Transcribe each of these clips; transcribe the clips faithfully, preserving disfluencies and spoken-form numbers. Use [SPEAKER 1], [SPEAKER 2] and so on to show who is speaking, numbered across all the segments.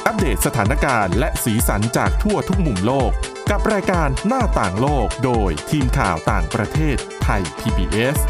[SPEAKER 1] อัปเดตสถานการณ์และสีสันจากทั่วทุกมุมโลกกับรายการหน้าต่างโลกโดยทีมข่าวต่างประเทศไทย พี บี เอส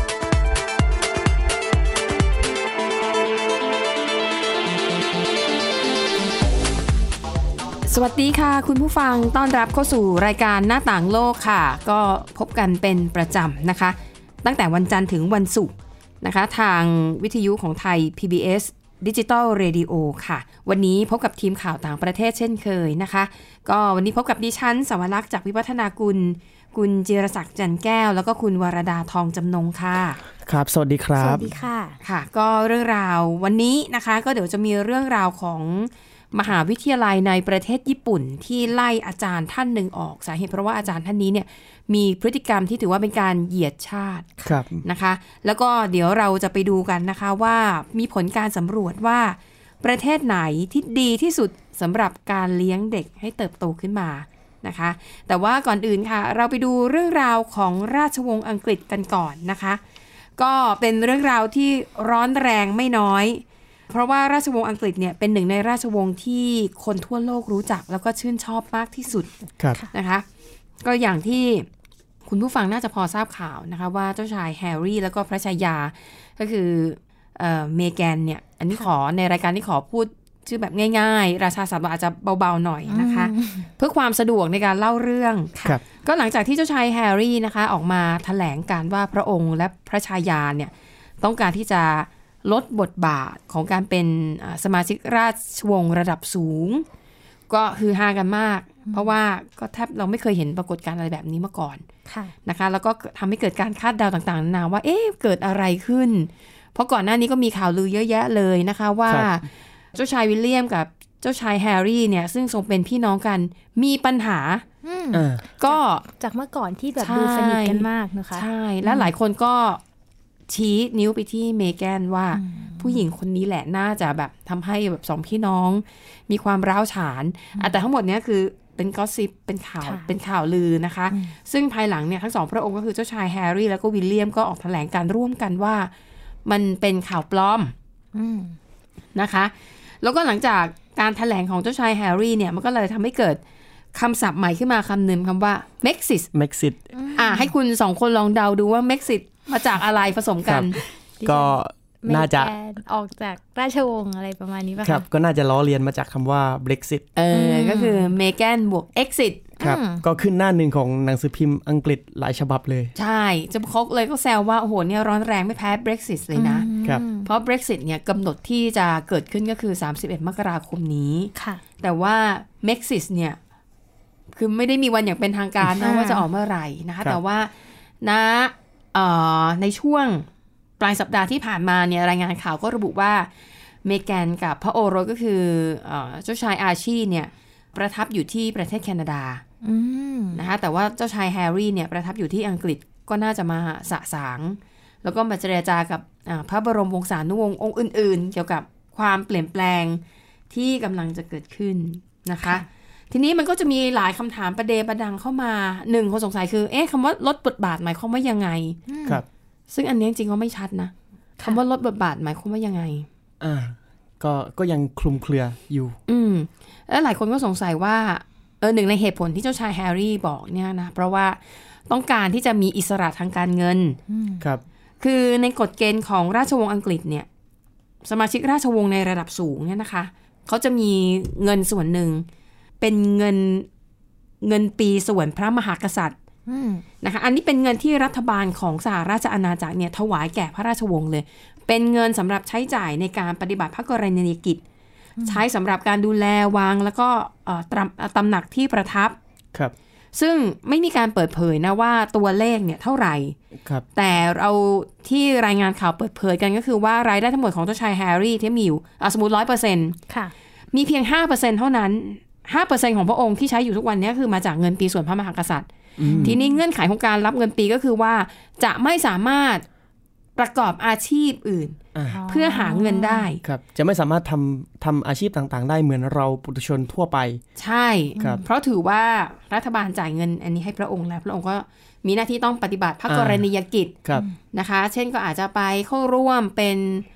[SPEAKER 2] สวัสดีค่ะคุณผู้ฟังต้อนรับเข้าสู่รายการหน้าต่างโลกค่ะก็พบกันเป็นประจำนะคะตั้งแต่วันจันทร์ถึงวันศุกร์นะคะทางวิทยุของไทย พี บี เอส Digital Radio ค่ะวันนี้พบกับทีมข่าวต่างประเทศเช่นเคยนะคะก็วันนี้พบกับดิฉันสวรักษ์จากวิวัฒนากุลคุณจิรศักดิ์จันแก้วแล้วก็คุณวรดาทองจำนงค่ะ
[SPEAKER 3] ครับสวัสดีครับ
[SPEAKER 4] สวัสดีค่ะ
[SPEAKER 2] ค่ะก็เรื่องราววันนี้นะคะก็เดี๋ยวจะมีเรื่องราวของมหาวิทยาลัยในประเทศญี่ปุ่นที่ไล่อาจารย์ท่านหนึ่งออกสาเหตุเพราะว่าอาจารย์ท่านนี้เนี่ยมีพฤติกรรมที่ถือว่าเป็นการเหยียดชาตินะคะแล้วก็เดี๋ยวเราจะไปดูกันนะคะว่ามีผลการสำรวจว่าประเทศไหนที่ดีที่สุดสำหรับการเลี้ยงเด็กให้เติบโตขึ้นมานะคะแต่ว่าก่อนอื่นค่ะเราไปดูเรื่องราวของราชวงศ์อังกฤษกันก่อนนะคะก็เป็นเรื่องราวที่ร้อนแรงไม่น้อยเพราะว่าราชวงศ์อังกฤษเนี่ยเป็นหนึ่งในราชวงศ์ที่คนทั่วโลกรู้จักแล้วก็ชื่นชอบมากที่สุดนะคะก็อย่างที่คุณผู้ฟังน่าจะพอทราบข่าวนะคะว่าเจ้าชายแฮร์รี่แล้วก็พระชายาก็คือเอ่อเมแกนเนี่ยอันนี้ขอในรายการที่ขอพูดชื่อแบบง่ายๆราชาศัพท์อาจจะเบาๆหน่อยนะคะเพื่อความสะดวกในการเล่าเรื่องก็หลังจากที่เจ้าชายแฮร์รี่นะคะออกมาแถลงการว่าพระองค์และพระชายาเนี่ยต้องการที่จะลดบทบาทของการเป็นสมาชิกราชวงศ์ระดับสูงก็ฮือฮากันมากเพราะว่าก็แทบเราไม่เคยเห็นปรากฏการณ์อะไรแบบนี้มาก่อนนะคะแล้วก็ทำให้เกิดการคาดเดาต่างๆนานาว่าเอ๊ะเกิดอะไรขึ้นเพราะก่อนหน้านี้ก็มีข่าวลือเยอะแยะเลยนะคะว่าเจ้าชายวิลเลียมกับเจ้าชายแฮร์รี่เนี่ยซึ่งทรงเป็นพี่น้องกันมีปัญหาก็
[SPEAKER 4] จากเมื่อก่อนที่แบบดูสนิทกันมากนะคะ
[SPEAKER 2] ใช่และหลายคนก็ชี้นิ้วไปที่เมแกนว่าผู้หญิงคนนี้แหละน่าจะแบบทำให้แบบสองพี่น้องมีความร้าวฉานแต่ทั้งหมดนี้คือเป็นกอสซิปเป็นข่าวเป็นข่าวลือนะคะซึ่งภายหลังเนี่ยทั้งสองพระองค์ก็คือเจ้าชายแฮร์รี่แล้วก็วิลเลียมก็ออกแถลงการร่วมกันว่ามันเป็นข่าวปลอมนะคะแล้วก็หลังจากการแถลงของเจ้าชายแฮร์รี่เนี่ยมันก็เลยทำให้เกิดคำศัพท์ใหม่ขึ้นมาคำหนึ่งคำว่า Mexit
[SPEAKER 3] Mexit
[SPEAKER 2] อ่าให้คุณสองคนลองเดาดูว่า Mexit มาจากอะไรผสมกัน
[SPEAKER 3] ก็น่าจะ
[SPEAKER 4] ออกจากราชวงศ์อะไรประมาณนี้ป่ะ
[SPEAKER 3] ครับก็น่าจะล้อเลียนมาจากคำว่า Brexit
[SPEAKER 2] เออก็คือ Meghan บวก Exit
[SPEAKER 3] ครับก็ขึ้นหน้าหนึ่งของหนังสือพิมพ์อังกฤษหลายฉบับเลย
[SPEAKER 2] ใช่จะเขาเลยก็แซวว่าโอ้โหเนี่ยร้อนแรงไม่แพ้ Brexit เลยนะครับเพราะ Brexit เนี่ยกำหนดที่จะเกิดขึ้นก็คือสามสิบเอ็ดมกราคมนี้แต่ว่า Mexit เนี่ยคือไม่ได้มีวันอย่างเป็นทางการนะว่าจะออกเมื่อไหร่นะคะแต่ว่าณในช่วงปลายสัปดาห์ที่ผ่านมาเนี่ยรายงานข่าวก็ระบุว่าเมแกนกับพระโอรสก็คือเจ้าชายอาร์ชีเนี่ยประทับอยู่ที่ประเทศแคนาดานะคะแต่ว่าเจ้าชายแฮร์รี่เนี่ยประทับอยู่ที่อังกฤษก็น่าจะมาสะสางแล้วก็มาเจรจากับพระบรมวงศานุวงศ์องค์อื่นๆเกี่ยวกับความเปลี่ยนแปลงที่กำลังจะเกิดขึ้นนะคะทีนี้มันก็จะมีหลายคำถามประเดประดังเข้ามาหนึ่งคนสงสัยคือเอ๊ะคำว่าลดบทบาทหมายความว่ายังไง
[SPEAKER 3] ครับ
[SPEAKER 2] ซึ่งอันนี้จริงๆก็ไม่ชัดนะคำว่าลดบทบาทหมายความว่ายังไง
[SPEAKER 3] อ่าก็ก็ยังคลุมเครืออยู่
[SPEAKER 2] อืมแล้วหลายคนก็สงสัยว่าเออหนึ่งในเหตุผลที่เจ้าชายแฮร์รี่บอกเนี่ยนะเพราะว่าต้องการที่จะมีอิสระทางการเงิน
[SPEAKER 3] ครับ
[SPEAKER 2] คือในกฎเกณฑ์ของราชวงศ์อังกฤษเนี่ยสมาชิกราชวงศ์ในระดับสูงเนี่ยนะคะเขาจะมีเงินส่วนหนึ่งเป็นเงินเงินปีส่วนพระมหากษัตริย์นะคะอันนี้เป็นเงินที่รัฐบาลของสหราชอาณาจักรเนี่ยถวายแก่พระราชวงศ์เลยเป็นเงินสำหรับใช้จ่ายในการปฏิบัติพระกรณียกิจใช้สำหรับการดูแลวางแล้วก็ตำหนักที่ประทับ
[SPEAKER 3] ครับ
[SPEAKER 2] ซึ่งไม่มีการเปิดเผยนะว่าตัวเลขเนี่ยเท่าไหร่
[SPEAKER 3] ครับ
[SPEAKER 2] แต่เราที่รายงานข่าวเปิดเผยกันก็คือว่ารายได้ทั้งหมดของเจ้าชายแฮร์รี่ที่มีอยู่สมมุติ ร้อยเปอร์เซ็นต์
[SPEAKER 4] ค่ะ
[SPEAKER 2] มีเพียง ห้าเปอร์เซ็นต์ เท่านั้น ห้าเปอร์เซ็นต์ ของพระองค์ที่ใช้อยู่ทุกวันนี้คือมาจากเงินปีส่วนพระมหากษัตริย์ทีนี้เงื่อนไขของการรับเงินปีก็คือว่าจะไม่สามารถประกอบอาชีพอื่นเพื่อหาเงินได้
[SPEAKER 3] ครับจะไม่สามารถทำทำอาชีพต่างๆได้เหมือนเราปุถุชนทั่วไป
[SPEAKER 2] ใช่เพราะถือว่ารัฐบาลจ่ายเงินอันนี้ให้พระองค์แล้วพระองค์ก็มีหน้าที่ต้องปฏิบัติพระกรณียกิจนะคะเช่นก็อาจจะไปเข้าร่วมเป็น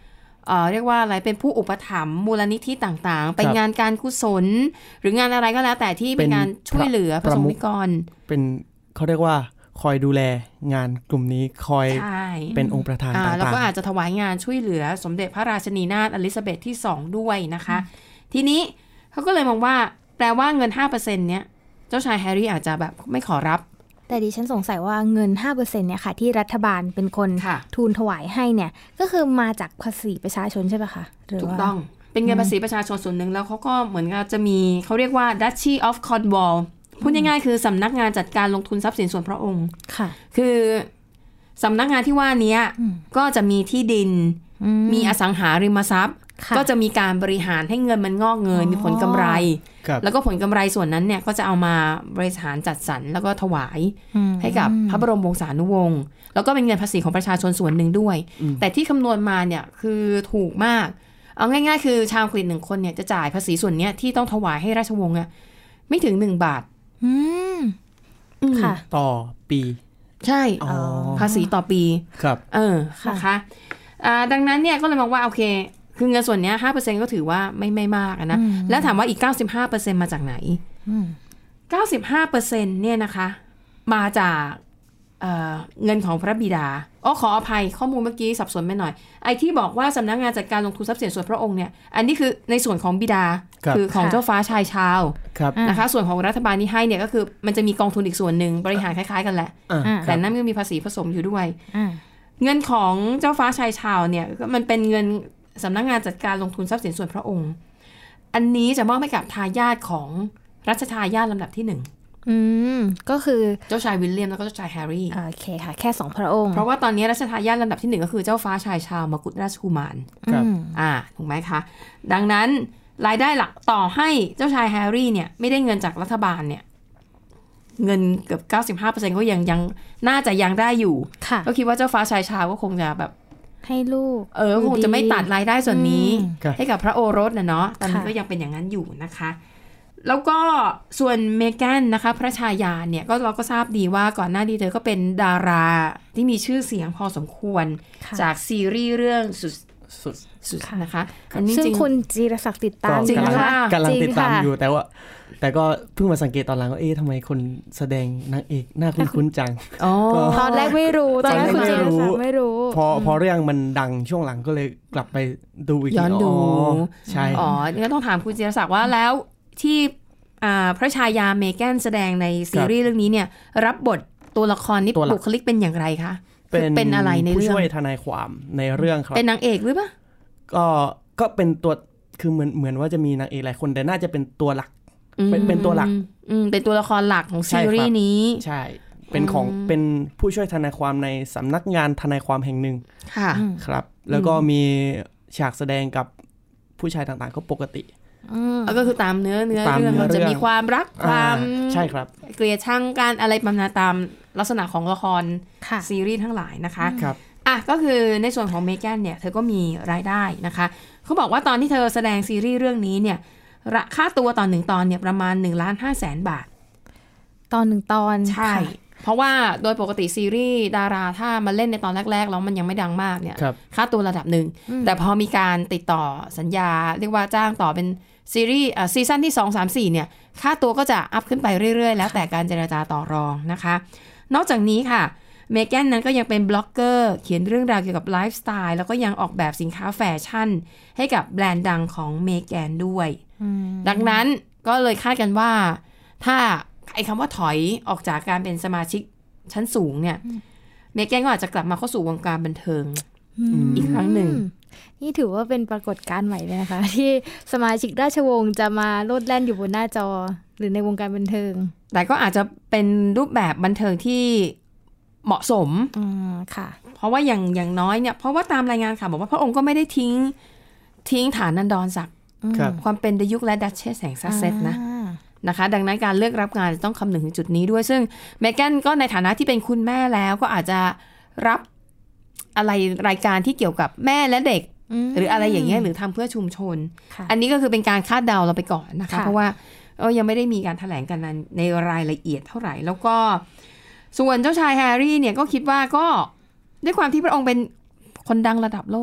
[SPEAKER 2] เอ่อเรียกว่าอะไรเป็นผู้อุปถัมภ์มูลนิธิต่างๆ ไปงานการกุศลหรืองานอะไรก็แล้วแต่ที่เป็นงานช่วยเหลือประสงค์นิกร
[SPEAKER 3] เป็นเขาเรียกว่าคอยดูแลงานกลุ่มนี้คอยเป็นองค์ประธานต่างๆ
[SPEAKER 2] แล้วก็อาจจะถวายงานช่วยเหลือสมเด็จพระราชินีนาถอลิซาเบธที่สองด้วยนะคะทีนี้เขาก็เลยมองว่าแปลว่าเงิน ห้าเปอร์เซ็นต์ เนี้ยเจ้าชายแฮร์รี่อาจจะแบบไม่ขอรับ
[SPEAKER 4] แต่ดิฉันสงสัยว่าเงิน ห้าเปอร์เซ็นต์ เนี่ยค่ะที่รัฐบาลเป็นคนทูลถวายให้เนี่ยก็คือมาจากภาษีประชาชนใช่ป่ะคะ
[SPEAKER 2] ถูกต้องเป็นเงินภาษีประชาชนส่วนหนึ่งแล้วเขาก็เหมือนกับจะมีเขาเรียกว่า Duchy of Cornwall พูดง่ายๆคือสำนักงานจัดการลงทุนทรัพย์สินส่วนพระองค์
[SPEAKER 4] ค่ะ
[SPEAKER 2] คือสำนักงานที่ว่านี้ก็จะมีที่ดินมีอสังหาริมทรัพย์ก็จะมีการบริหารให้เงินมันงอกเงยมีผลกำไรแล้วก็ผลกำไรส่วนนั้นเนี่ยก็จะเอามาบริหารจัดสรรแล้วก็ถวายให้กับพระบรมวงศานุวงศ์แล้วก็เป็นเงินภาษีของประชาชนส่วนหนึ่งด้วยแต่ที่คำนวณมาเนี่ยคือถูกมากเอาง่ายๆคือชาวอังกฤษหนึ่งคนเนี่ยจะจ่ายภาษีส่วนนี้ที่ต้องถวายให้ราชวงศ์อ่ะไม่ถึงหนึ่งบาท
[SPEAKER 3] ค่ะต่อปี
[SPEAKER 2] ใช่ภาษีต่อปี
[SPEAKER 3] ครับ
[SPEAKER 2] เออนะคะดังนั้นเนี่ยก็เลยมองว่าโอเคคือเงินส่วนนี้ ห้าเปอร์เซ็นต์ ก็ถือว่าไม่ไม่มากนะแล้วถามว่าอีก เก้าสิบห้าเปอร์เซ็นต์ มาจากไหน เก้าสิบห้าเปอร์เซ็นต์ เนี่ยนะคะมาจากเ, เงินของพระบิดาอ๋อขออภัยข้อมูลเมื่อกี้สับสนไปหน่อยไอ้ที่บอกว่าสำนักงานจัดการลงทุนทรัพย์สินส่วนพระองค์เนี่ยอันนี้คือในส่วนของบิดา ค, คือของเจ้าฟ้าชายชาวนะคะส่วนของรัฐบาลที่ให้เนี่ยก็คือมันจะมีกองทุนอีกส่วนหนึ่งบริหารคล้ายๆกันแหละแต่นั้นก็มีภาษีผสมอยู่ด้วยเงินของเจ้าฟ้าชายชาวเนี่ยมันเป็นเงินสำนักงานจัดการลงทุนทรัพย์สินส่วนพระองค์อันนี้จะมอบให้กับทายาทของรัชทายาทลำดับที่หนึ่ง
[SPEAKER 4] อืมก็คือ
[SPEAKER 2] เจ้าชายวิลเลียมแล้วก็เจ้าชายแฮร์รี่
[SPEAKER 4] โอเคค่ะแค่สองพระองค์
[SPEAKER 2] เพราะว่าตอนนี้รัชทายาทลำดับที่หนึ่งก็คือเจ้าฟ้าชายชาวมกุฎราชกุมาร
[SPEAKER 3] ครับ
[SPEAKER 2] อ่าถูกไหมคะดังนั้นรายได้หลักต่อให้เจ้าชายแฮร์รี่เนี่ยไม่ได้เงินจากรัฐบาลเนี่ยเงินเกือบ เก้าสิบห้าเปอร์เซ็นต์ ก็ยังยังน่าจะยังได้อยู่ก็คิดว่าเจ้าฟ้าชายชาวก็คงจะแบบ
[SPEAKER 4] ให้ลูก
[SPEAKER 2] เออคงจะไม่ตัดรายได้ส่วนนี้ให้กับพระโอรสนะเนาะตอนนี้ก็ยังเป็นอย่างนั้นอยู่นะคะแล้วก็ส่วนเมแกนนะคะพระชายาเนี่ยก็เราก็ทราบดีว่าก่อนหน้านี้เธอก็เป็นดาราที่มีชื่อเสียงพอสมควรจากซีรีส์เรื่องสุด
[SPEAKER 3] สุด
[SPEAKER 2] สุดนะคะ
[SPEAKER 4] อันนี้ซึ่งคุณจีรศักดิ์ติดตาม
[SPEAKER 3] จริงค่ะกำลังติดตามอยู่แต่ว่าแต่ก็เพิ่งมาสังเกตตอนหลังว่าเอ๊ะทำไมคนแสดงนางเอกน่าคุ้นๆจัง
[SPEAKER 4] ตอนแรกไม่รู้ตอนแรกคุณจีรศักดิ์ไม่รู้
[SPEAKER 3] พอพอเรื่องมันดังช่วงหลังก็เลยกลับไปดูอีก
[SPEAKER 2] ย้อนดู
[SPEAKER 3] ใช่
[SPEAKER 2] อ๋อนี่ก็ต้องถามคุณจีรศักดิ์ว่าแล้วที่พระชายาเมแกนแสดงในซีรีส์เรื่องนี้เนี่ยรับบทตัวละครนี่บุคลิกเป็นอย่างไรคะเป็นอะไรในเรื่อง
[SPEAKER 3] ผู้ช่วยทนายความในเรื่องครับ
[SPEAKER 2] เป็นนางเอกหรือเปล่า
[SPEAKER 3] ก็ก็เป็นตัวคือเหมือนเหมือนว่าจะมีนางเอกหลายคนแต่น่าจะเป็นตัวหลักเป็นเป็นตัวหลัก
[SPEAKER 2] เป็นตัวละครหลักของซีรีส์นี้
[SPEAKER 3] ใช่เป็นของเป็นผู้ช่วยทนายความในสำนักงานทนายความแห่งหนึ่ง
[SPEAKER 2] ค่ะ
[SPEAKER 3] ครับแล้วก็มีฉากแสดงกับผู้ชายต่างๆก็ปกติ
[SPEAKER 2] ก็คือตามเนื้อเนื้อเรื่องมันจะมีความรักความ
[SPEAKER 3] ใช่ครับ
[SPEAKER 2] เกลียดชังการอะไรประมาณตามลักษณะของละครซีรีส์ทั้งหลายนะคะ
[SPEAKER 3] ครับ
[SPEAKER 2] อ่ะก็คือในส่วนของเมแกนเนี่ยเธอก็มีรายได้นะคะเขาบอกว่าตอนที่เธอแสดงซีรีส์เรื่องนี้เนี่ยค่าตัวตอนหนึ่งตอนเนี่ยประมาณหนึ่งล้านห้าแสนบาท
[SPEAKER 4] ตอนหนึ่งตอน
[SPEAKER 2] ใช่เพราะว่าโดยปกติซีรีส์ดาราถ้ามาเล่นในตอนแรกๆแล้วมันยังไม่ดังมากเนี่ยค่าตัวระดับหนึ่งแต่พอมีการติดต่อสัญญาเรียกว่าจ้างต่อเป็นซีรีส์ซีซั่นที่สอง สาม สี่เนี่ยค่าตัวก็จะอัพขึ้นไปเรื่อยๆแล้วแต่การเจรจาต่อรองนะคะนอกจากนี้ค่ะเมแกนนั้นก็ยังเป็นบล็อกเกอร์เขียนเรื่องราวเกี่ยวกับไลฟ์สไตล์แล้วก็ยังออกแบบสินค้าแฟชั่นให้กับแบรนด์ดังของเมแกนด้วยดังนั้นก็เลยคาดกันว่าถ้าไอ้คำว่าถอยออกจากการเป็นสมาชิกชั้นสูงเนี่ยเมแกนก็อาจจะกลับมาเข้าสู่วงการบันเทิงอีกครั้งหนึ่ง
[SPEAKER 4] นี่ถือว่าเป็นปรากฏการณ์ใหม่เลยนะคะที่สมาชิกราชวงศ์จะมาโลดแล่นอยู่บนหน้าจอหรือในวงการบันเทิง
[SPEAKER 2] แต่ก็อาจจะเป็นรูปแบบบันเทิงที่เหมาะสม
[SPEAKER 4] ค่ะ
[SPEAKER 2] เพราะว่าอย่างอย่างน้อยเนี่ยเพราะว่าตามรายงานค่ะบอกว่าพระองค์ก็ไม่ได้ทิ้งทิ้งฐานันดรศักดิ์ความเป็นดยุคและดัชเชสแห่งซัสเซ็กซ์นะนะคะดังนั้นการเลือกรับงานจะต้องคำนึงถึงจุดนี้ด้วยซึ่งเมแกนก็ในฐานะที่เป็นคุณแม่แล้วก็อาจจะรับอะไรรายการที่เกี่ยวกับแม่และเด็กหรืออะไรอย่างเงี้ยหรือทำเพื่อชุมชนอันนี้ก็คือเป็นการคาดเดาเราไปก่อนนะคะเพราะว่ายังไม่ได้มีการแถลงกันในรายละเอียดเท่าไหร่แล้วก็ส่วนเจ้าชายแฮร์รี่เนี่ยก็คิดว่าก็ด้วยความที่พระองค์เป็นคนดังระดับโลกแหละ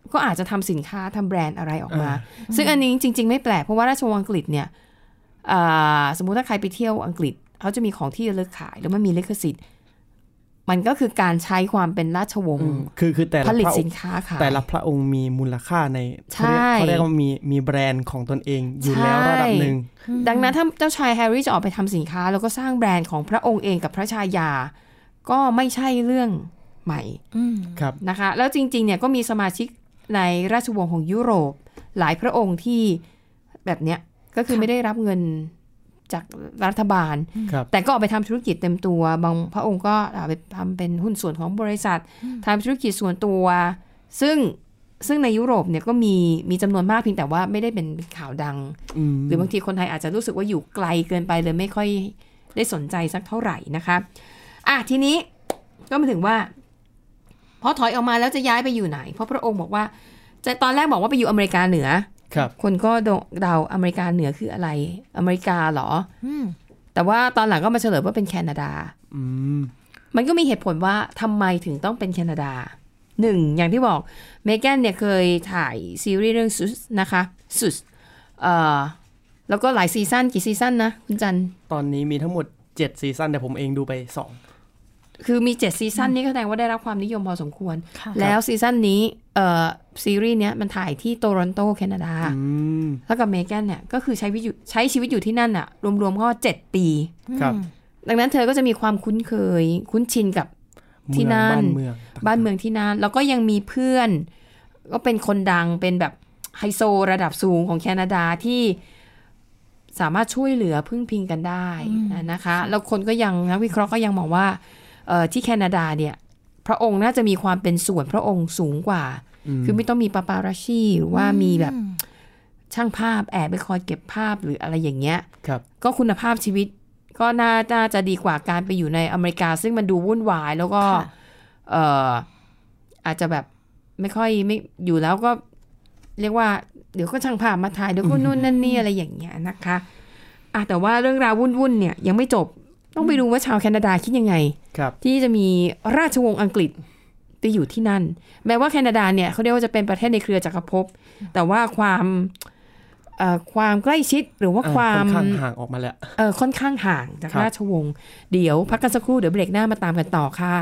[SPEAKER 2] ก็อาจจะทำสินค้าทำแบรนด์อะไรออกมาซึ่งอันนี้จริงๆไม่แปลกเพราะว่าราชวงศ์อังกฤษเนี่ยสมมุติถ้าใครไปเที่ยวอังกฤษเขาจะมีของที่ระลึกขายแล้วมันมีลิขสิทธิ์มันก็คือการใช้ความเป็นราชวงศ์
[SPEAKER 3] คือคือแต่ละ
[SPEAKER 2] ผลิตสินค้าขาย
[SPEAKER 3] แต่ละพระองค์มีมูลค่าในเขาเรียกว่ามีมีแบรนด์ของตนเองอยู่แล้วระดับหนึ่ง
[SPEAKER 2] ดังนั้นถ้าเจ้าชายแฮร์รี่จะออกไปทำสินค้าแล้วก็สร้างแบรนด์ของพระองค์เองกับพระชายาก็ไม่ใช่เรื่องใหม่นะคะแล้วจริงๆเนี่ยก็มีสมาชิกในราชวงศ์ของยุโรปหลายพระองค์ที่แบบเนี้ยก็คือไม่ได้รับเงินจากรัฐบาลแต่ก็ออกไปทำธุรกิจเต็มตัวบางพระองค์ก็ไปทำเป็นหุ้นส่วนของบริษัททำธุรกิจส่วนตัวซึ่งซึ่งในยุโรปเนี่ยก็มีมีจำนวนมากเพียงแต่ว่าไม่ได้เป็นข่าวดังหรือบางทีคนไทยอาจจะรู้สึกว่าอยู่ไกลเกินไปเลยไม่ค่อยได้สนใจสักเท่าไหร่นะคะอ่ะทีนี้ก็มาถึงว่าพอถอยออกมาแล้วจะย้ายไปอยู่ไหนเพราะพระองค์บอกว่าจะตอนแรกบอกว่าไปอยู่อเมริกาเหนือคนก็เดาอเมริกาเหนือคืออะไรอเมริกาเหรอแต่ว่าตอนหลังก็มาเฉลยว่าเป็นแคนาดามันก็มีเหตุผลว่าทำไมถึงต้องเป็นแคนาดาหนึ่งอย่างที่บอกเมแกนเนี่ยเคยถ่ายซีรีส์เรื่องซุสนะคะซุสเอ่อแล้วก็หลายซีซั่นกี่ซีซั่นนะคุณจัน
[SPEAKER 3] ตอนนี้มีทั้งหมดเจ็ดซีซั่นแต่ผมเองดูไปสอง
[SPEAKER 2] คือมีเจ็ดซีซั่นนี้ก็แสดงว่าได้รับความนิยมพอสมควรแล้วซีซั่นนี้เอ่อซีรีส์เนี้ยมันถ่ายที่โตรอนโตแคนาดาแล้วกับเมแกนเนี่ยก็คือใช้ชีวิตอยู่ใช้ชีวิตอยู่ที่นั่นอะรวมๆก็เจ็ดปี
[SPEAKER 3] ครับ
[SPEAKER 2] ดังนั้นเธอก็จะมีความคุ้นเคยคุ้นชินกับที่นั่นบ้านเมืองที่นั่นแล้วก็ยังมีเพื่อนก็เป็นคนดังเป็นแบบไฮโซระดับสูงของแคนาดาที่สามารถช่วยเหลือพึ่งพิงกันได้นะคะแล้วคนก็ยังนักวิเคราะห์ก็ยังมองว่าที่แคนาดาเนี่ยพระองค์น่าจะมีความเป็นส่วนพระองค์สูงกว่าคือไม่ต้องมีปาปารัชชี่หรือว่ามีแบบช่างภาพแอบไปคอยเก็บภาพหรืออะไรอย่างเงี้ยก็คุณภาพชีวิตก็น่า, น่าจะดีกว่าการไปอยู่ในอเมริกาซึ่งมันดูวุ่นวายแล้วก็เอ่ออาจจะแบบไม่ค่อยไม่อยู่แล้วก็เรียกว่าเดี๋ยวก็ช่างภาพมาถ่ายเดี๋ยวก็นู่นนั่นนี่อะไรอย่างเงี้ยนะคะอ่ะแต่ว่าเรื่องราววุ่นๆเนี่ยยังไม่จบต้องไปดูว่าชาวแคนาดาคิดยังไงที่จะมีราชวงศ์อังกฤษไปอยู่ที่นั่นแม้ว่าแคนาดาเนี่ยเขาเรียกว่าจะเป็นประเทศในเครือจักรภพแต่ว่าความความใกล้ชิดหรือว่าความ
[SPEAKER 3] ค่อนข้างห่างออกมาแล้ว
[SPEAKER 2] เออค่อนข้างห่างจากราชวงศ์เดี๋ยวพักกันสักครู่เดี๋ยวเบรกหน้ามาตามกันต่อค่ะ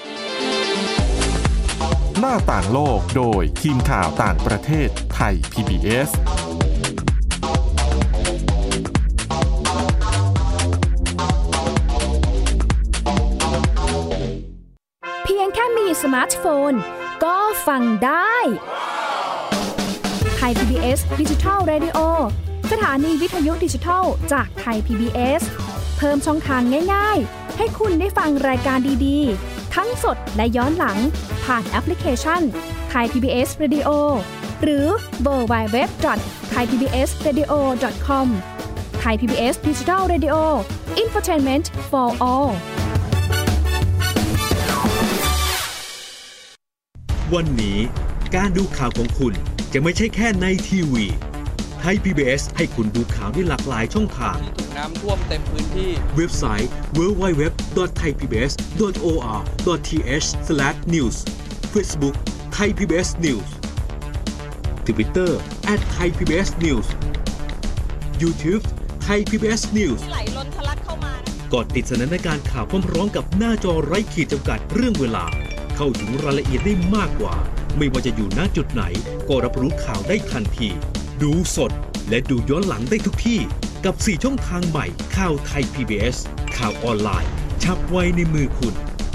[SPEAKER 1] หน้าต่างโลกโดยทีมข่าวต่างประเทศไทย พี บี เอส
[SPEAKER 5] เพียงแค่มีสมาร์ทโฟนก็ฟังได้ไทย พี บี เอส Digital Radio สถานีวิทยุดิจิทัลจากไทย พี บี เอส เพิ่มช่องทางง่ายๆให้คุณได้ฟังรายการดีๆทั้งสดและย้อนหลังผ่านแอปพลิเคชัน Thai พี บี เอส Radio หรือ ดับเบิลยู ดับเบิลยู ดับเบิลยู ดอท ไทยพีบีเอสเรดิโอ ดอท คอม Thai พี บี เอส Digital Radio Infotainment for all
[SPEAKER 6] วันนี้การดูข่าวของคุณจะไม่ใช่แค่ในทีวีไทย พี บี เอส ให้คุณดูข่าวได้หลากหลายช่องทาง
[SPEAKER 7] ถูกน้ำท่วมเต็มพื้นที่
[SPEAKER 6] เว็บไซต์ ดับเบิลยู ดับเบิลยู ดับเบิลยู ดอท ไทยพีบีเอส ดอท โอ อาร์ ดอท ที เอช สแลช นิวส์ Facebook Thai พี บี เอส News Twitter แอท ไทยพีบีเอสนิวส์ YouTube Thai พี บี เอส News
[SPEAKER 8] ไหลล้นทะลักเข้ามาก
[SPEAKER 6] ดติดสนันในการข่าวพร้อมๆกับหน้าจอไร้ขีดจำกัดเรื่องเวลาเข้าถึงรายละเอียดได้มากกว่าไม่ว่าจะอยู่ณจุดไหนก็รับรู้ข่าวได้ทันทีดูสดและดูย้อนหลังได้ทุกที่กับสี่ช่องทางใหม่ข่าวไทย พี บี เอส ข่าวออนไลน์ฉับไวในมือคุณ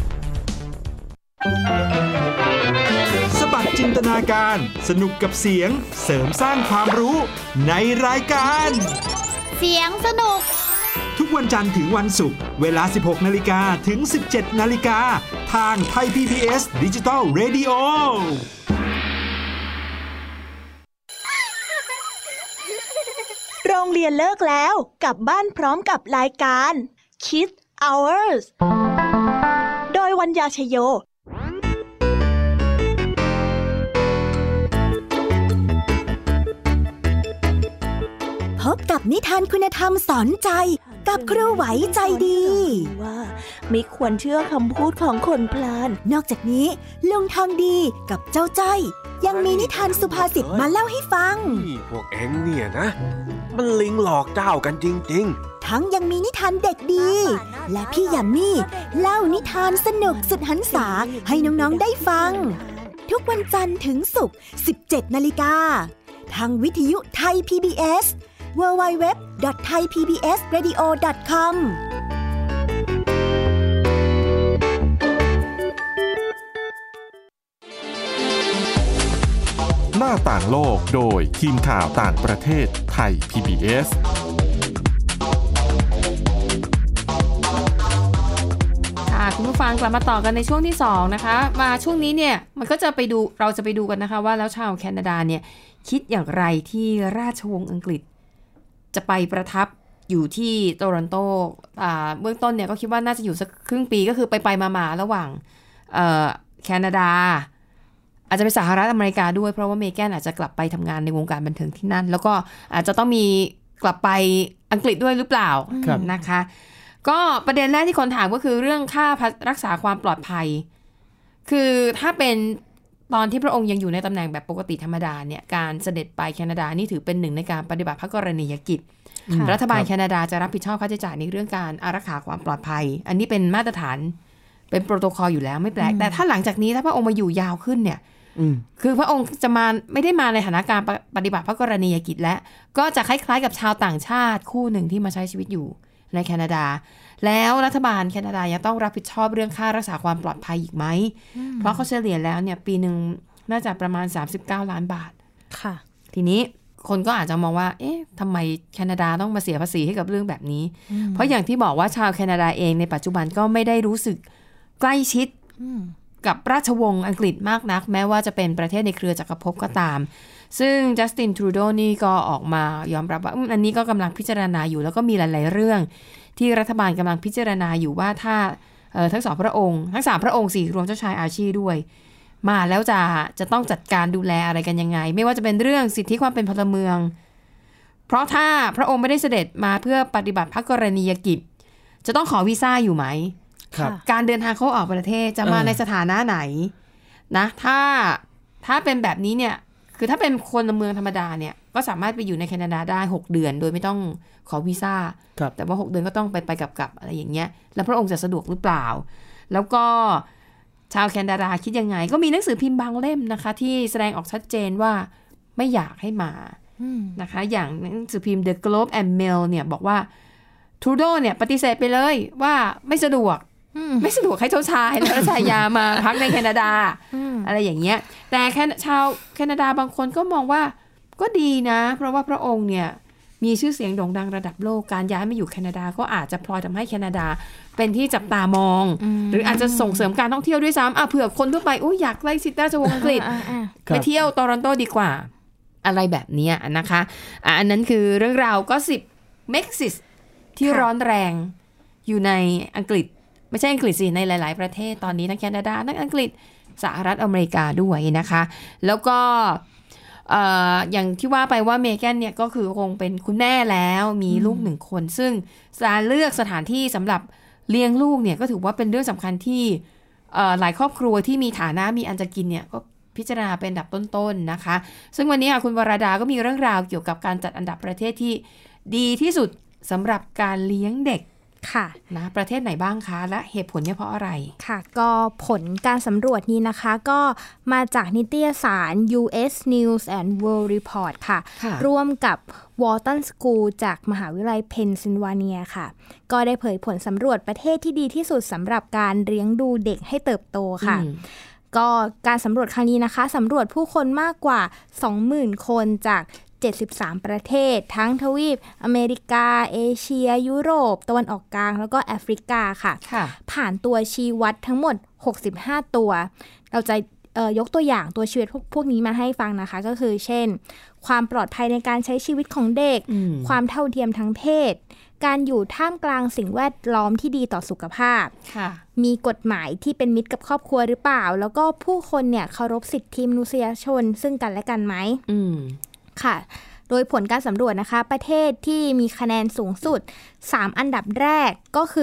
[SPEAKER 9] สบัดจินตนาการสนุกกับเสียงเสริมสร้างความรู้ในรายการ
[SPEAKER 8] เสียงสนุก
[SPEAKER 9] ทุกวันจันทร์ถึงวันศุกร์เวลา สิบหกนาฬิกา ถึง สิบเจ็ดนาฬิกา ทางไทย พี บี เอส Digital Radio
[SPEAKER 10] โรงเรียนเลิกแล้วกลับบ้านพร้อมกับรายการ Kids Hours โดยวัญญาชโย
[SPEAKER 11] พบกับนิทานคุณธรรมสอนใจกับครูไหวใจดี
[SPEAKER 10] ว่าไม่ควรเชื่อคำพูดของคนพลาน
[SPEAKER 11] นอกจากนี้ลุงทองดีกับเจ้าจ้อยยังมีนิทานสุภาษิตมาเล่าให้ฟัง
[SPEAKER 12] พวกเอ็งเนี่ยนะมันลิงหลอกเจ้ากันจริง
[SPEAKER 11] ๆทั้งยังมีนิทานเด็กดีและพี่ยามีเล่านิทานสนุกสุดหรรษาให้น้องๆได้ฟังทุกวันจันทร์ถึงศุกร์ สิบเจ็ดนาฬิกา ทางวิทยุไทย พี บี เอส ดับเบิลยู ดับเบิลยู ดับเบิลยู ดอท ไทย พี บี เอส เรดิโอ ดอท คอม
[SPEAKER 1] หน้าต่างโลกโดยทีมข่าวต่างประเทศไทย พี บี เอส
[SPEAKER 2] คุณผู้ฟังกลับมาต่อกันในช่วงที่สองนะคะมาช่วงนี้เนี่ยมันก็จะไปดูเราจะไปดูกันนะคะว่าแล้วชาวแคนาดาเนี่ยคิดอย่างไรที่ราชวงศ์อังกฤษจะไปประทับอยู่ที่โตรอนโตอ่าเบื้องต้นเนี่ยก็คิดว่าน่าจะอยู่สักครึ่งปีก็คือไปไปมาๆระหว่างเอ่อแคนาดาอาจจะเป็นสหรัฐอเมริกาด้วยเพราะว่าเมแกนอาจจะกลับไปทำงานในวงการบันเทิงที่นั่นแล้วก็อาจจะต้องมีกลับไปอังกฤษด้วยหรือเปล่านะคะก็ประเด็นแรกที่คนถามก็คือเรื่องค่ารักษาความปลอดภัยคือถ้าเป็นตอนที่พระองค์ยังอยู่ในตำแหน่งแบบปกติธรรมดาเนี่ยการเสด็จไปแคนาดานี่ถือเป็นหนึ่งในการปฏิบัติพระกรณียกิจรัฐบาลแคนาดาจะรับผิดชอบค่าใช้จ่ายในเรื่องการอารักขาความปลอดภัยอันนี้เป็นมาตรฐานเป็นโปรโตคอลอยู่แล้วไม่แปลกแต่ถ้าหลังจากนี้ถ้าพระองค์มาอยู่ยาวขึ้นเนี่ยคือพระองค์จะมาไม่ได้มาในฐานะการปฏิบัติพระกรณียกิจและก็จะคล้ายๆกับชาวต่างชาติคู่หนึ่งที่มาใช้ชีวิตอยู่ในแคนาดาแล้วรัฐบาลแคนาดายังต้องรับผิดชอบเรื่องค่ารักษาความปลอดภัยอีกไหมเพราะเขาเฉลี่ยแล้วเนี่ยปีหนึ่งน่าจะประมาณสามสิบเก้าล้านบาทค่ะทีนี้คนก็อาจจะมองว่าเอ๊ะทำไมแคนาดาต้องมาเสียภาษีให้กับเรื่องแบบนี้เพราะอย่างที่บอกว่าชาวแคนาดาเองในปัจจุบันก็ไม่ได้รู้สึกใกล้ชิดกับราชวงศ์อังกฤษมากนักแม้ว่าจะเป็นประเทศในเครือจักรภพก็ตามซึ่งจัสตินทรูโดนี่ก็ออกมายอมรับว่าอันนี้ก็กำลังพิจารณาอยู่แล้วก็มีหลายๆเรื่องที่รัฐบาลกำลังพิจารณาอยู่ว่าถ้าทั้งสองพระองค์ทั้งสามพระองค์สี่รวมเจ้าชายอาร์ชีด้วยมาแล้วจะจะต้องจัดการดูแลอะไรกันยังไงไม่ว่าจะเป็นเรื่องสิทธิความเป็นพลเมืองเพราะถ้าพระองค์ไม่ได้เสด็จมาเพื่อปฏิบัติพระกรณียกิจจะต้องขอวีซ่าอยู่ไหมการเดินทางเข้าออกประเทศจะมาในสถานะไหนนะถ้าถ้าเป็นแบบนี้เนี่ยคือถ้าเป็นคนเมืองธรรมดาเนี่ยก็สามารถไปอยู่ในแคนาดาได้หกเดือนโดยไม่ต้องขอวีซ่าแต่ว่าหกเดือนก็ต้องไปไปกลับๆอะไรอย่างเงี้ยแล้วพระองค์จะสะดวกหรือเปล่าแล้วก็ชาวแคนาดาคิดยังไงก็มีหนังสือพิมพ์บางเล่มนะคะที่แสดงออกชัดเจนว่าไม่อยากให้มานะคะอย่างหนังสือพิมพ์ The Globe and Mail เนี่ยบอกว่าทรูโดเนี่ยปฏิเสธไปเลยว่าไม่สะดวกไม่สะดวกให้เจ้าชายและชายามาพักในแคนาดาอะไรอย่างเงี้ยแต่แค่ชาวแคนาดาบางคนก็มองว่าก็ดีนะเพราะว่าพระองค์เนี่ยมีชื่อเสียงโด่งดังระดับโลกการย้ายมาอยู่แคนาดาก็อาจจะพลอยทำให้แคนาดาเป็นที่จับตามองหรืออาจจะส่งเสริมการท่องเที่ยวด้วยซ้ำอ่ะเผื่อคนทั่วไปอุ๊ยอยากใกล้ชิดราชวงศ์อังกฤษไปเที่ยวโตรอนโตดีกว่าอะไรแบบนี้นะคะอ่ะอันนั้นคือเรื่องราวก็สิบเม็กซิสที่ร้อนแรงอยู่ในอังกฤษไม่ใช่อังกฤษสิในหลายๆประเทศตอนนี้ทั้งแคนาดาทั้งอังกฤษสหรัฐอเมริกาด้วยนะคะแล้วก็เอ่ออย่างที่ว่าไปว่าเมแกนเนี่ยก็คือคงเป็นคุณแม่แล้วมีลูกหนึ่งคนซึ่งการเลือกสถานที่สำหรับเลี้ยงลูกเนี่ยก็ถือว่าเป็นเรื่องสำคัญที่เอ่อหลายครอบครัวที่มีฐานะมีอันจะกินเนี่ยก็พิจารณาเป็นอันดับต้นๆนะคะซึ่งวันนี้คุณวราดาก็มีเรื่องราวเกี่ยวกับการจัดอันดับประเทศที่ดีที่สุดสำหรับการเลี้ยงเด็กค่ะนะประเทศไหนบ้างคะและเหตุผลเนี่ยเพราะอะไร
[SPEAKER 4] ค่ะก็ผลการสำรวจนี้นะคะก็มาจากนิตยสาร ยู เอส News and World Report ค่ะร่วมกับ Wharton School จากมหาวิทยาลัยเพนซิลเวเนียค่ะก็ได้เผยผลสำรวจประเทศที่ดีที่สุดสำหรับการเลี้ยงดูเด็กให้เติบโตค่ะก็การสำรวจครั้งนี้นะคะสำรวจผู้คนมากกว่า สองหมื่น คนจากเจ็ดสิบสามประเทศทั้งทวีปอเมริกาเอเชียยุโรปตะวันออกกลางแล้วก็แอฟริกาค่ะผ่านตัวชี้วัดทั้งหมดหกสิบห้าตัวเราจะเอ่อยกตัวอย่างตัวชีวิตพวกพวกนี้มาให้ฟังนะคะก็คือเช่นความปลอดภัยในการใช้ชีวิตของเด็กความเท่าเทียมทางเพศการอยู่ท่ามกลางสิ่งแวดล้อมที่ดีต่อสุขภาพมีกฎหมายที่เป็นมิตรกับครอบครัวหรือเปล่าแล้วก็ผู้คนเนี่ยเคารพสิทธิมนุษยชนซึ่งกันและกันไหมค่ะโดยผลการสำรวจนะคะประเทศที่มีคะแนนสูงสุดสามอันดับแรกก็คือ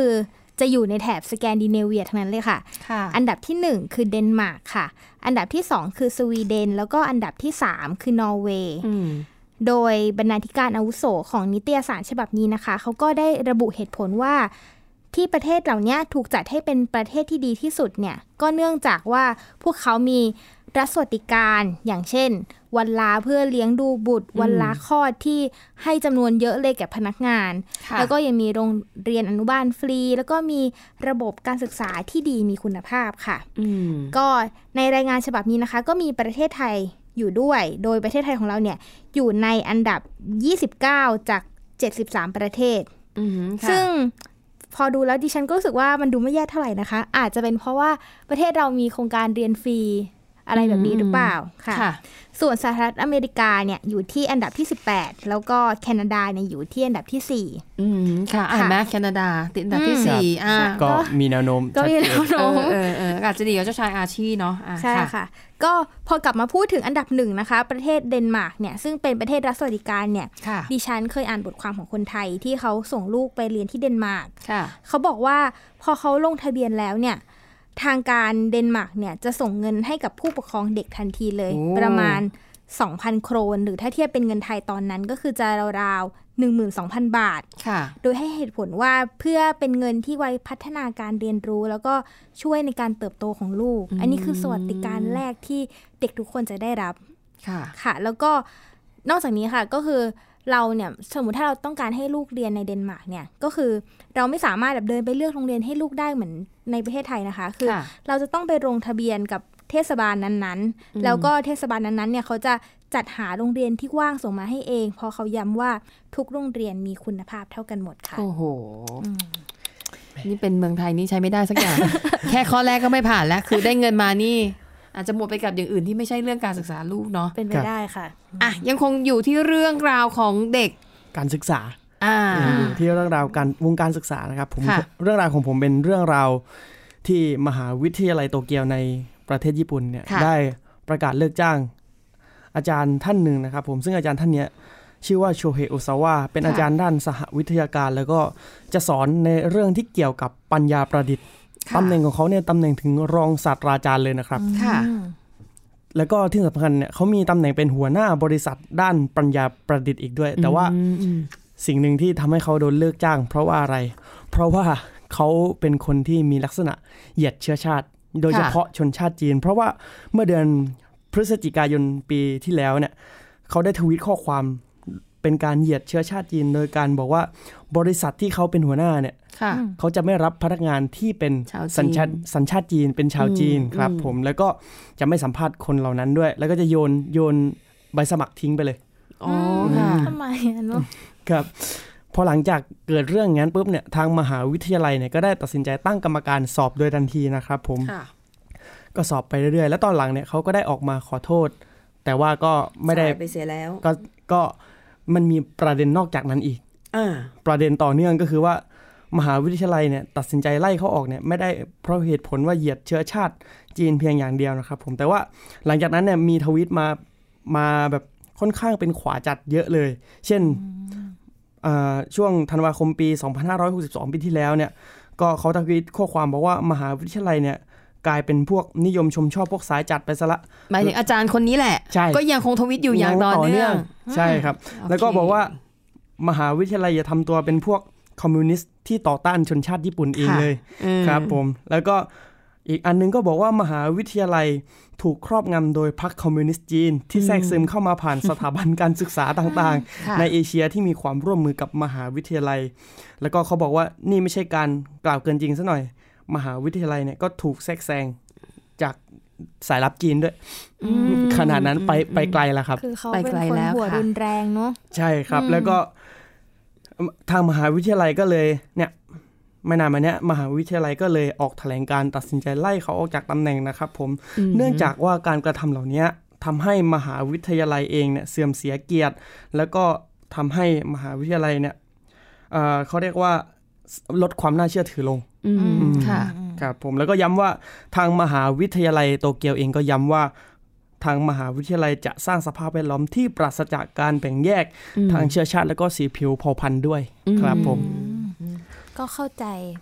[SPEAKER 4] จะอยู่ในแถบสแกนดิเนเวียทั้งนั้นเลยค่ะอันดับที่หนึ่งคือเดนมาร์กค่ะอันดับที่สองคือสวีเดนแล้วก็อันดับที่สามคือนอร์เวย์โดยบรรณาธิการอาวุโสของนิตยสารฉบับนี้นะคะเขาก็ได้ระบุเหตุผลว่าที่ประเทศเหล่านี้ถูกจัดให้เป็นประเทศที่ดีที่สุดเนี่ยก็เนื่องจากว่าพวกเขามีรัฐสวัสดิการอย่างเช่นวันลาเพื่อเลี้ยงดูบุตรวันลาคลอดที่ให้จำนวนเยอะเลยแก่พนักงานแล้วก็ยังมีโรงเรียนอนุบาลฟรีแล้วก็มีระบบการศึกษาที่ดีมีคุณภาพค่ะก็ในรายงานฉบับนี้นะคะก็มีประเทศไทยอยู่ด้วยโดยประเทศไทยของเราเนี่ยอยู่ในอันดับยี่สิบเก้าจากเจ็ดสิบสามประเทศซึ่งพอดูแล้วดิฉันก็รู้สึกว่ามันดูไม่แย่เท่าไหร่นะคะอาจจะเป็นเพราะว่าประเทศเรามีโครงการเรียนฟรีอะไรแบบนี้หรือเปล่าค่ะส่วนสหรัฐอเมริกาเนี่ยอยู่ที่อันดับที่สิบแปดแล้วก็แคนาดาเนี่ยอยู่ที่อันดับที่สี่อืมค่ะอ่าแม้
[SPEAKER 2] แคนาดาติดอันดับที่สี่อ่า
[SPEAKER 3] ก็มีแนวโน้ม
[SPEAKER 2] ก็มีแนวโน้มเออเอออาจจะดีกว่าเจ้าชายอาชีเนาะ
[SPEAKER 4] ใช่ค่ะก็พอกลับมาพูดถึงอันดับหนึ่งนะคะประเทศเดนมาร์กเนี่ยซึ่งเป็นประเทศรัฐสวัสดิการเนี่ยดิฉันเคยอ่านบทความของคนไทยที่เขาส่งลูกไปเรียนที่เดนมาร์กเขาบอกว่าพอเขาลงทะเบียนแล้วเนี่ยทางการเดนมาร์กเนี่ยจะส่งเงินให้กับผู้ปกครองเด็กทันทีเลยประมาณ สองพัน โครนหรือถ้าเทียบเป็นเงินไทยตอนนั้นก็คือจะราวๆ หนึ่งหมื่นสองพัน บาทโดยให้เหตุผลว่าเพื่อเป็นเงินที่ไว้พัฒนาการเรียนรู้แล้วก็ช่วยในการเติบโตของลูก อันนี้คือสวัสดิการแรกที่เด็กทุกคนจะได้รับค่ะค่ะแล้วก็นอกจากนี้ค่ะก็คือเราเนี่ยสมมติถ้าเราต้องการให้ลูกเรียนในเดนมาร์กเนี่ยก็คือเราไม่สามารถแบบเดินไปเลือกโรงเรียนให้ลูกได้เหมือนในประเทศไทยนะคะคือเราจะต้องไปลงทะเบียนกับเทศบาลนั้นๆแล้วก็เทศบาลนั้นๆเนี่ยเขาจะจัดหาโรงเรียนที่ว่างส่งมาให้เองเพราะเขาย้ำว่าทุกโรงเรียนมีคุณภาพเท่ากันหมดค่ะ
[SPEAKER 2] โอ้โหนี่เป็นเมืองไทยนี่ใช้ไม่ได้สักอย่าง แค่ข้อแรกก็ไม่ผ่านแล้วคือได้เงินมานี่อาจจะหมดไปกับอย่างอื่นที่ไม่ใช่เรื่องการศึกษาลูกเนาะ
[SPEAKER 4] เป็นไปได้ค่ะ
[SPEAKER 2] อ่ะยังคงอยู่ที่เรื่องราวของเด็ก
[SPEAKER 3] การศึกษาที่เรื่องราวการวงการศึกษานะครับผมเรื่องราวของผมเป็นเรื่องราวที่มหาวิทยาลัยโตเกียวในประเทศญี่ปุ่นเนี่ยได้ประกาศเลิกจ้างอาจารย์ท่านหนึ่งนะครับผมซึ่งอาจารย์ท่านเนี้ยชื่อว่าโชเฮโอซาวะเป็นอาจารย์ด้านสหวิทยาการแล้วก็จะสอนในเรื่องที่เกี่ยวกับปัญญาประดิษฐ์ตำแหน่งของเขาเนี่ยตำแหน่งถึงรองศาสตราจารย์เลยนะครับแล้วก็ที่สำคัญเนี่ยเขามีตำแหน่งเป็นหัวหน้าบริษัทด้านปัญญาประดิษฐ์อีกด้วยแต่ว่าสิ่งหนึ่งที่ทำให้เขาโดนเลิกจ้างเพราะว่าอะไรเพราะว่าเขาเป็นคนที่มีลักษณะเหยียดเชื้อชาติโดยเฉพาะชนชาติจีนเพราะว่าเมื่อเดือนพฤศจิกายนปีที่แล้วเนี่ยเขาได้ทวีตข้อความเป็นการเหยียดเชื้อชาติจีนโดยการบอกว่าบริษัทที่เขาเป็นหัวหน้าเนี่ยเขาจะไม่รับพนักงานที่เป็นสัญชาติสัญชาติจีนเป็นชาวจีนครับผมแล้วก็จะไม่สัมภาษณ์คนเหล่านั้นด้วยแล้วก็จะโยนโยนใบสมัครทิ้งไปเลย
[SPEAKER 4] อ๋อค่ะทำไมอ่ะเนาะ
[SPEAKER 3] ครับพอหลังจากเกิดเรื่องงั้นปุ๊บเนี่ยทางมหาวิทยาลัยเนี่ยก็ได้ตัดสินใจตั้งกรรมการสอบโดยทันทีนะครับผมก็สอบไปเรื่อยๆแล้วตอนหลังเนี่ยเขาก็ได้ออกมาขอโทษแต่ว่าก็ไม่ได้
[SPEAKER 2] ไปเสียแล้ว
[SPEAKER 3] ก็ก็มันมีประเด็นนอกจากนั้นอีกประเด็นต่อเนื่องก็คือว่ามหาวิทยาลัยเนี่ยตัดสินใจไล่เขาออกเนี่ยไม่ได้เพราะเหตุผลว่าเหยียดเชื้อชาติจีนเพียงอย่างเดียวนะครับผมแต่ว่าหลังจากนั้นเนี่ยมีทวีตมามาแบบค่อนข้างเป็นขวาจัดเยอะเลยเช่นช่วงธันวาคมปีสองพันห้าร้อยหกสิบสองปีที่แล้วเนี่ยก็เขาทวีตข้อความบอกว่ามหาวิทยาลัยเนี่ยกลายเป็นพวกนิยมชมชอบพวกสายจัดไปซะละ
[SPEAKER 2] หมายถึงอาจารย์คนนี้แหละก็ยังคงทวิตอยู่อย่างต่อเนื่อง
[SPEAKER 3] ใช่ครับแล้วก็บอกว่ามหาวิทยาลัยจะทำตัวเป็นพวกคอมมิวนิสต์ที่ต่อต้านชนชาติญี่ปุ่นเองเลยครับผมแล้วก็อีกอันนึงก็บอกว่ามหาวิทยาลัยถูกครอบงำโดยพรรคคอมมิวนิสต์จีนที่แทรกซึมเข้ามาผ่านสถาบันการศึกษาต่างๆในเอเชียที่มีความร่วมมือกับมหาวิทยาลัยแล้วก็เขาบอกว่านี่ไม่ใช่การกล่าวเกินจริงซะหน่อยมหาวิทยาลัยเนี่ยก็ถูกแทรกแซงจากสายลับจีนด้วยขนาดนั้นไปไปไกลแล้วครับ
[SPEAKER 4] คือเขาเป็นคนหัวรุนแรงเนาะ
[SPEAKER 3] ใช่ครับแล้วก็ทางมหาวิทยาลัยก็เลยเนี่ยไม่นานมาเนี้ยมหาวิทยาลัยก็เลยออกแถลงการตัดสินใจไล่เขาออกจากตำแหน่งนะครับผมเนื่องจากว่าการกระทำเหล่านี้ทำให้มหาวิทยาลัยเองเนี่ยเสื่อมเสียเกียรติแล้วก็ทำให้มหาวิทยาลัยเนี่ย เอ่อ เขาเรียกว่าลดความน่าเชื่อถือลงค่ะครับผมแล้วก็ย้ำว่าทางมหาวิทยาลัยโตเกียวเองก็ย้ำว่าทางมหาวิทยาลัยจะสร้างสภาพแวดล้อมที่ปราศจากการแบ่งแยกทางเชื้อชาติและก็สีผิวเผ่าพันธุ์ด้วยครับผม
[SPEAKER 4] ก็เข้าใจ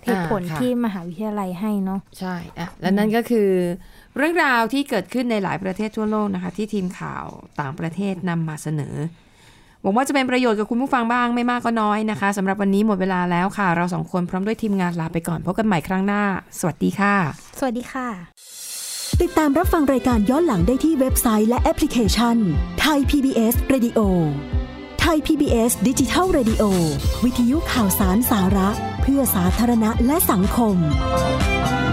[SPEAKER 4] เหตุผลที่มหาวิทยาลัยให้เนาะ
[SPEAKER 2] ใช่อ่ะและนั่นก็คือเรื่องราวที่เกิดขึ้นในหลายประเทศทั่วโลกนะคะที่ทีมข่าวต่างประเทศนำมาเสนอหวังว่าจะเป็นประโยชน์กับคุณผู้ฟังบ้างไม่มากก็น้อยนะคะสำหรับวันนี้หมดเวลาแล้วค่ะเราสองคนพร้อมด้วยทีมงานลาไปก่อนพบกันใหม่ครั้งหน้าสวัสดีค่ะ
[SPEAKER 4] สวัสดีค่ะ
[SPEAKER 11] ติดตามรับฟังรายการย้อนหลังได้ที่เว็บไซต์และแอปพลิเคชัน Thai พี บี เอส Radio Thai พี บี เอส Digital Radio วิทยุข่าวสารสาระเพื่อสาธารณะและสังคม